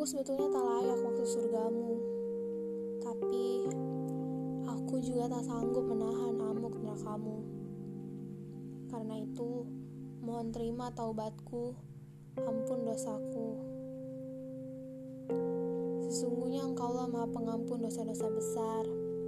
sebetulnya tak layak masuk surgamu, tapi aku juga tak sanggup menahan amuk nerakamu. Karena itu, mohon terima taubatku, ampun dosaku. Sesungguhnya Engkaulah Maha Pengampun dosa-dosa besar.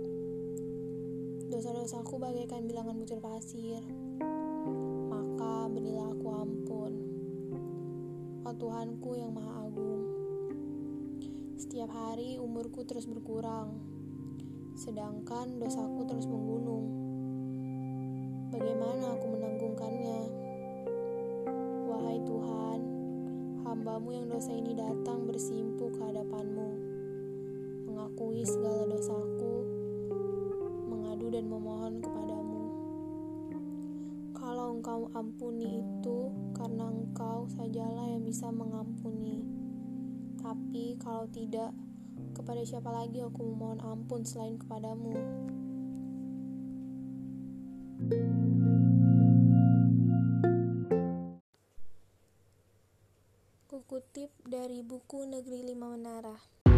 Dosa-dosaku bagaikan bilangan butir pasir, maka berilah aku ampun. Oh Tuhanku yang Maha Agung, setiap hari umurku terus berkurang, sedangkan dosaku terus menggunung. Bagaimana aku menanggungkannya? Wahai Tuhan, hamba-Mu yang dosa ini datang bersimpuh ke hadapan-Mu, mengakui segala dosaku, mengadu dan memohon kepadamu. Kalau Engkau ampuni itu, karena Engkau sajalah yang bisa mengampuni. Tapi kalau tidak, kepada siapa lagi aku memohon ampun selain kepadamu? Kukutip dari buku Negeri Lima Menara.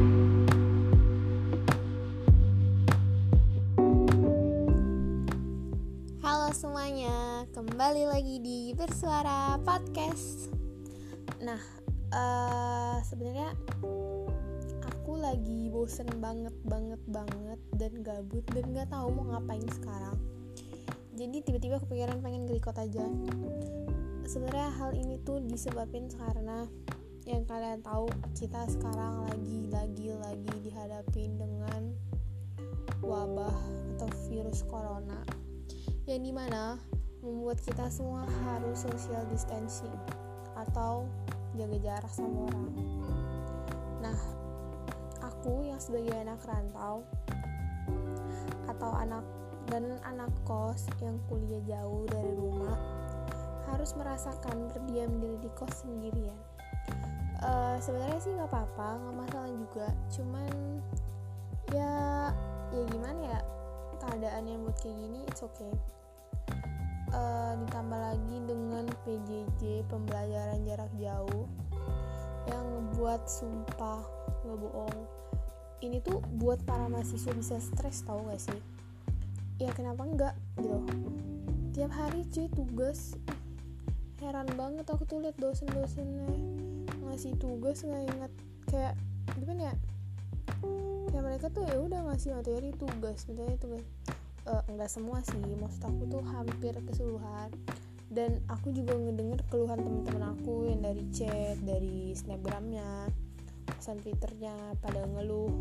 Halo semuanya, kembali lagi di Bersuara Podcast. Nah, sebenarnya aku lagi bosen banget dan gabut dan nggak tahu mau ngapain sekarang. Jadi tiba-tiba kepikiran pengen nge-record aja. Sebenarnya hal ini tuh disebabkan karena yang kalian tahu, kita sekarang lagi dihadapin dengan wabah atau virus corona, yang dimana membuat kita semua harus social distancing atau jaga jarak sama orang. Nah, aku yang sebagai anak rantau atau anak kos yang kuliah jauh dari rumah harus merasakan berdiam diri di kos sendirian. Sebenarnya sih nggak apa-apa, nggak masalah juga. Cuman ya gimana ya, keadaan yang buat kayak gini it's okay. Ditambah lagi dengan PJJ, pembelajaran jarak jauh, yang ngebuat sumpah nggak bohong, ini tuh buat para mahasiswa bisa stres, tau gak sih? Ya kenapa enggak gitu, tiap hari cuy tugas. Heran banget aku tuh liat dosen-dosennya ngasih tugas nggak ingat, kayak gimana ya, kayak mereka tuh ya udah ngasih materi tugas, misalnya tugas enggak semua sih, maksud aku tuh hampir keseluruhan. Dan aku juga ngedenger keluhan teman-teman aku yang dari chat, dari snapgramnya, pesan twitternya, pada ngeluh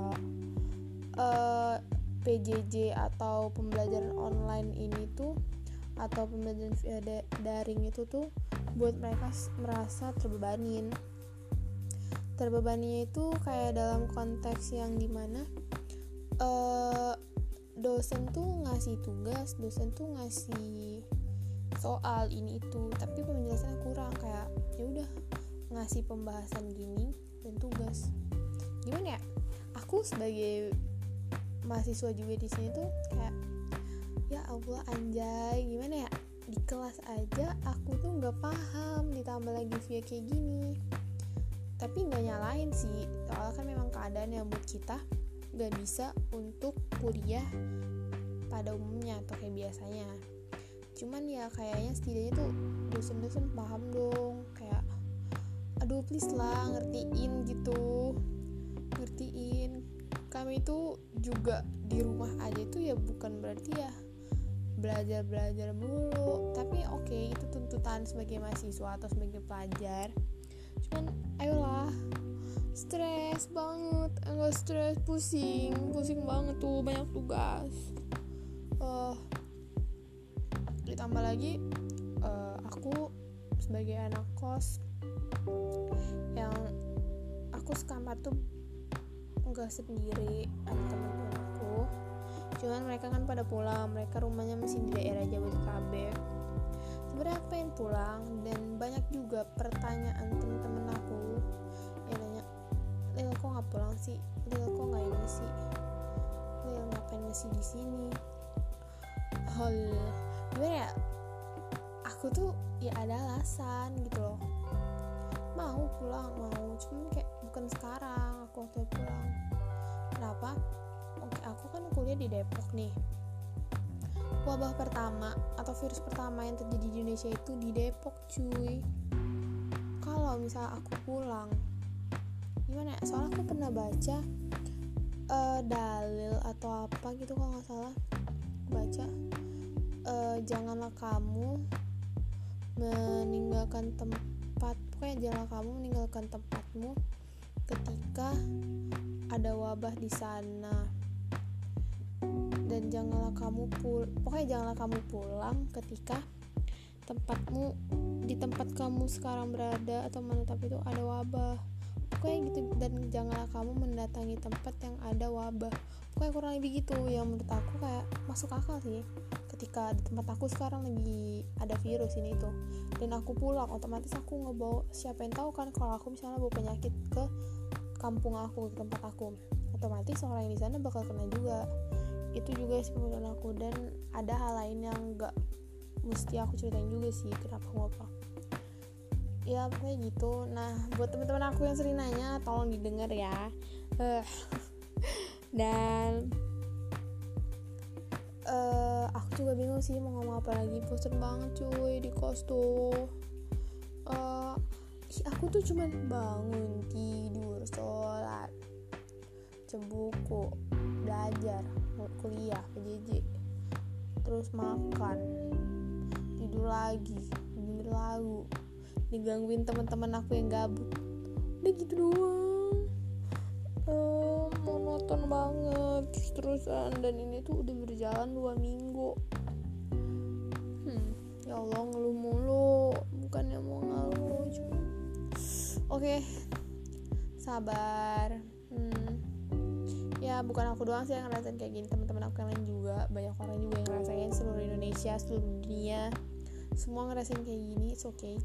PJJ atau pembelajaran online ini tuh, atau pembelajaran via daring itu tuh buat mereka merasa terbebaninya itu kayak dalam konteks yang dimana dosen tuh ngasih tugas, dosen tuh ngasih soal ini itu, tapi penjelasannya kurang, kayak ya udah ngasih pembahasan gini dan tugas. Gimana ya, aku sebagai mahasiswa juga di sini tuh kayak ya Allah anjay, gimana ya, di kelas aja aku tuh nggak paham, ditambah lagi via kayak gini. Tapi nggak nyalain sih, soalnya kan memang keadaan yang buat kita nggak bisa untuk kuliah pada umumnya atau kayak biasanya. Cuman ya kayaknya setidaknya tuh dosen-dosen paham dong, kayak aduh please lah ngertiin gitu, ngertiin. Kami tuh juga di rumah aja tuh ya bukan berarti ya belajar mulu, tapi oke, itu tuntutan sebagai mahasiswa atau sebagai pelajar. Cuman ayolah, stres banget, enggak stres, pusing banget tuh, banyak tugas. Ditambah lagi aku sebagai anak kos yang aku sekamar tuh enggak sendiri, ada teman-teman aku. Cuman mereka kan pada pulang, mereka rumahnya masih di daerah Jabodetabek. Sebenarnya aku pengen pulang, dan banyak juga pertanyaan teman-teman aku yang nanya, Lil kok nggak pulang sih, Lil kok nggak ini sih, Lil ngapain masih di sini. Gimana ya, aku tuh ya ada alasan gitu loh, mau pulang, cuman kayak bukan sekarang, aku waktu pulang. Kenapa? Oke, aku kan kuliah di Depok nih. Wabah pertama atau virus pertama yang terjadi di Indonesia itu di Depok, cuy. Kalau misalnya aku pulang, gimana ya? Soalnya aku pernah baca dalil atau apa gitu kalau nggak salah, baca janganlah kamu meninggalkan tempat, pokoknya janganlah kamu meninggalkan tempatmu ketika ada wabah di sana, dan janganlah kamu pulang ketika di tempat kamu sekarang berada atau menetap itu ada wabah, pokoknya gitu. Dan janganlah kamu mendatangi tempat yang ada wabah, pokoknya kurang lebih gitu. Yang menurut aku kayak masuk akal sih, ketika di tempat aku sekarang lagi ada virus ini itu, dan aku pulang, otomatis aku ngebawa, siapa yang tahu kan kalau aku misalnya bawa penyakit ke kampung aku, ke tempat aku, otomatis orang yang di sana bakal kena juga. Itu juga sih menurut aku. Dan ada hal lain yang gak mesti aku ceritain juga sih kenapa ngapa, ya pokoknya gitu. Nah, buat teman-teman aku yang sering nanya, tolong didengar ya. Dan aku juga bingung sih mau ngomong apa lagi. Bosan banget cuy di kos tuh. Aku tuh cuman bangun, tidur, sholat, baca buku, belajar, kuliah, PJJ, terus makan, tidur lagi, denger lagu, digangguin teman-teman aku yang gabut. Udah gitu doang. Monoton banget terus-terusan, dan ini tuh udah berjalan 2 minggu. Ya Allah, ngeluh mulu, bukannya mau ngeluh cuma oke, sabar. Ya bukan aku doang sih yang ngerasain kayak gini, teman-teman aku yang lain juga, banyak orang juga yang ngerasain, seluruh Indonesia, seluruh dunia, semua ngerasain kayak gini. It's okay.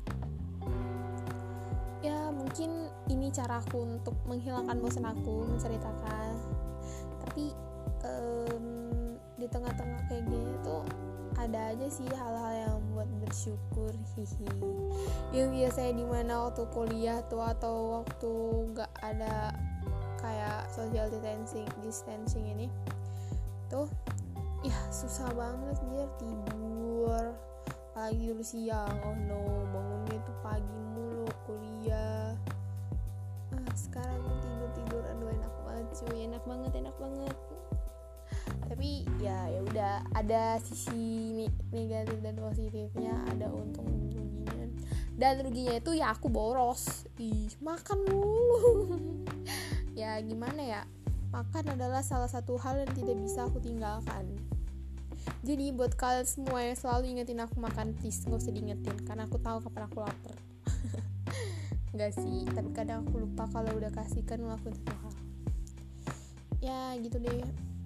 Ya mungkin ini caraku untuk menghilangkan bosan aku menceritakan. Tapi di tengah-tengah kayak gini tuh ada aja sih hal-hal yang buat bersyukur, yang biasanya dimana waktu kuliah tuh atau waktu gak ada kayak social distancing ini tuh, ya susah banget biar tidur pagi dulu siang. Oh no, bangunnya tuh pagi mulu kuliah. Sekarang tidur aduh enak banget cuy, enak banget. Tapi ya udah, ada sisi negatif dan positifnya, ada untung ruginya. Dan ruginya itu ya aku boros, makan mulu. Ya gimana ya, makan adalah salah satu hal yang tidak bisa aku tinggalkan. Jadi buat kalian semua yang selalu ingetin aku makan, please gak usah diingetin, karena aku tahu kapan aku lapar. Enggak sih, tapi kadang aku lupa kalau udah kasih kan ngelakuin satu hal. Ya gitu deh.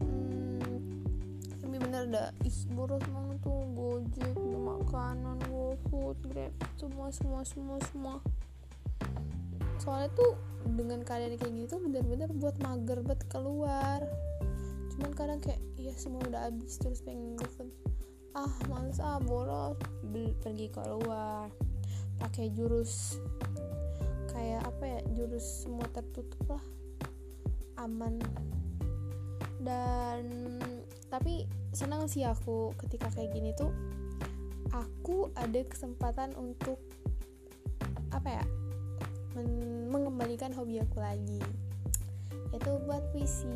Tapi bener dah, boros banget tuh. Gojek, makanan, GoFood, Grab, semua. Soalnya tuh dengan keadaan kayak gitu bener-bener buat mager banget keluar. Cuman kadang kayak ya semua udah habis terus pengen GoFood. Males boros, pergi keluar pakai jurus kayak apa ya, jurus semua tertutup lah, aman. Dan tapi senang sih aku ketika kayak gini tuh aku ada kesempatan untuk apa ya, mengembalikan hobi aku lagi, yaitu buat puisi.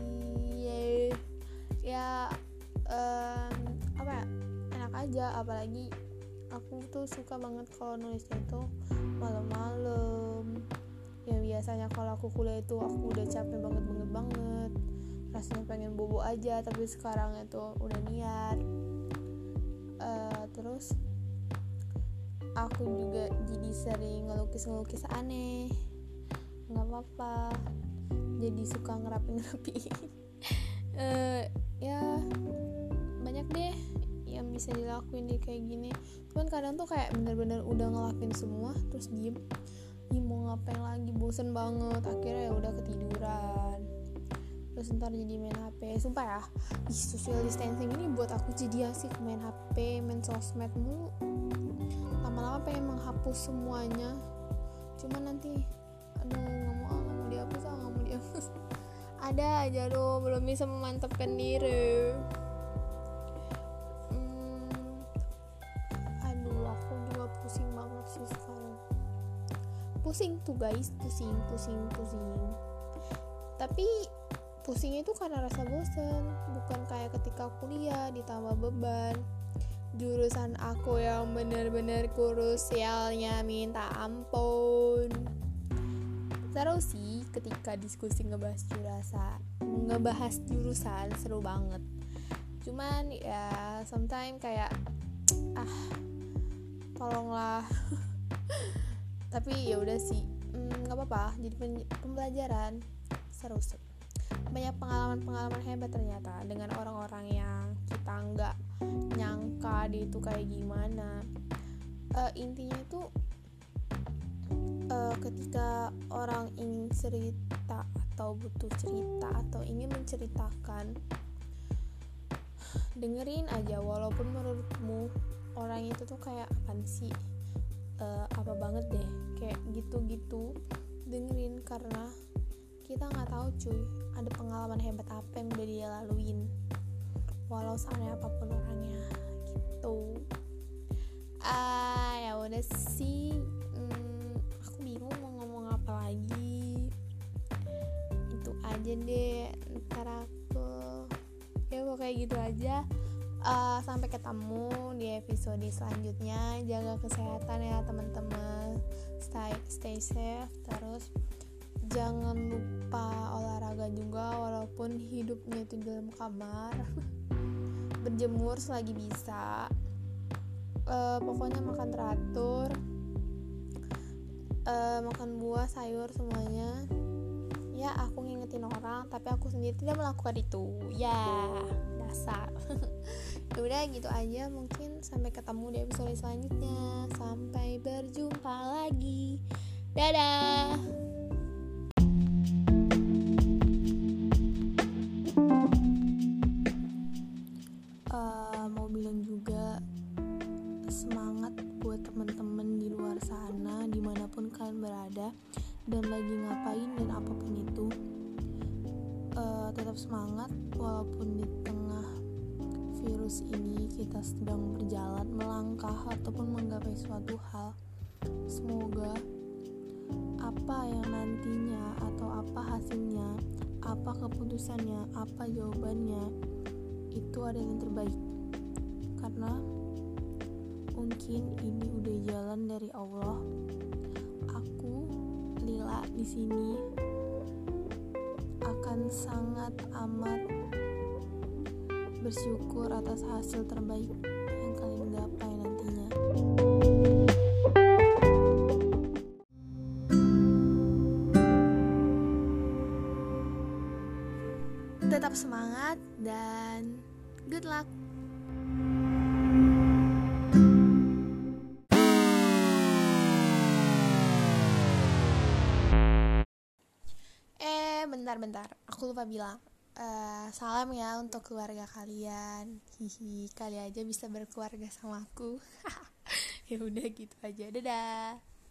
Ya apa ya, enak aja, apalagi aku tuh suka banget kalau nulisnya itu malam-malam. Yang biasanya kalau aku kuliah itu aku udah capek banget, rasanya pengen bobo aja, tapi sekarang itu udah niat. Terus aku juga jadi sering ngelukis aneh, nggak apa-apa, jadi suka ngerapi ya banyak deh yang bisa dilakuin di kayak gini. Cuman kadang tuh kayak bener-bener udah ngelakuin semua terus diem, mau ngapain lagi, bosen banget, akhirnya ya udah ketiduran, terus ntar jadi main HP. Sumpah ya, social distancing ini buat aku jadi asik main HP, main sosmed mulu. Lama-lama pengen menghapus semuanya, cuman nanti aduh nggak mau ada aja lo belum bisa memantapkan diri. Aduh, aku juga pusing banget sih sekarang. Pusing tuh guys, pusing. Tapi pusingnya itu karena rasa bosen, bukan kayak ketika kuliah ditambah beban. Jurusan aku yang bener-bener krusialnya minta ampun. Terus sih ketika diskusi ngebahas jurusan seru banget. Cuman ya sometimes kayak tolonglah. Tapi ya udah sih, nggak apa-apa. Jadi pembelajaran seru. Banyak pengalaman hebat ternyata dengan orang-orang yang kita nggak nyangka dia itu kayak gimana. Intinya itu ketika orang ingin cerita atau butuh cerita atau ingin menceritakan, dengerin aja walaupun menurutmu orang itu tuh kayak apaan sih, apa banget deh kayak gitu-gitu, dengerin karena kita nggak tahu cuy ada pengalaman hebat apa yang udah dia laluin walau seaneh apapun orangnya gitu. Ya udah sih, aku bingung mau ngomong apa lagi, itu aja deh ntar aku ya pokoknya gitu aja. Sampai ketemu di episode selanjutnya. Jaga kesehatan ya teman-teman, stay safe, terus jangan lupa olahraga juga walaupun hidupnya itu di dalam kamar. Berjemur selagi bisa. Pokoknya makan teratur, makan buah, sayur semuanya. Ya aku ngingetin orang tapi aku sendiri tidak melakukan itu. Ya dasar. Ya udah gitu aja, mungkin sampai ketemu di episode selanjutnya. Sampai berjumpa lagi. Dadah. Mau bilang juga semangat buat teman-teman di luar sana dimanapun kalian berada dan lagi ngapain dan apapun itu, tetap semangat walaupun di tengah virus ini kita sedang berjalan melangkah ataupun menggapai suatu hal. Semoga apa yang nantinya atau apa hasilnya, apa keputusannya, apa jawabannya itu ada yang terbaik, karena mungkin ini udah jalan dari Allah. Aku Lila di sini akan sangat amat bersyukur atas hasil terbaik yang kalian gapai nantinya. Tetap semangat dan good luck. Bentar, aku lupa bilang. Salam ya untuk keluarga kalian. Hihi, kali aja bisa berkeluarga sama aku. Ya udah gitu aja. Dadah.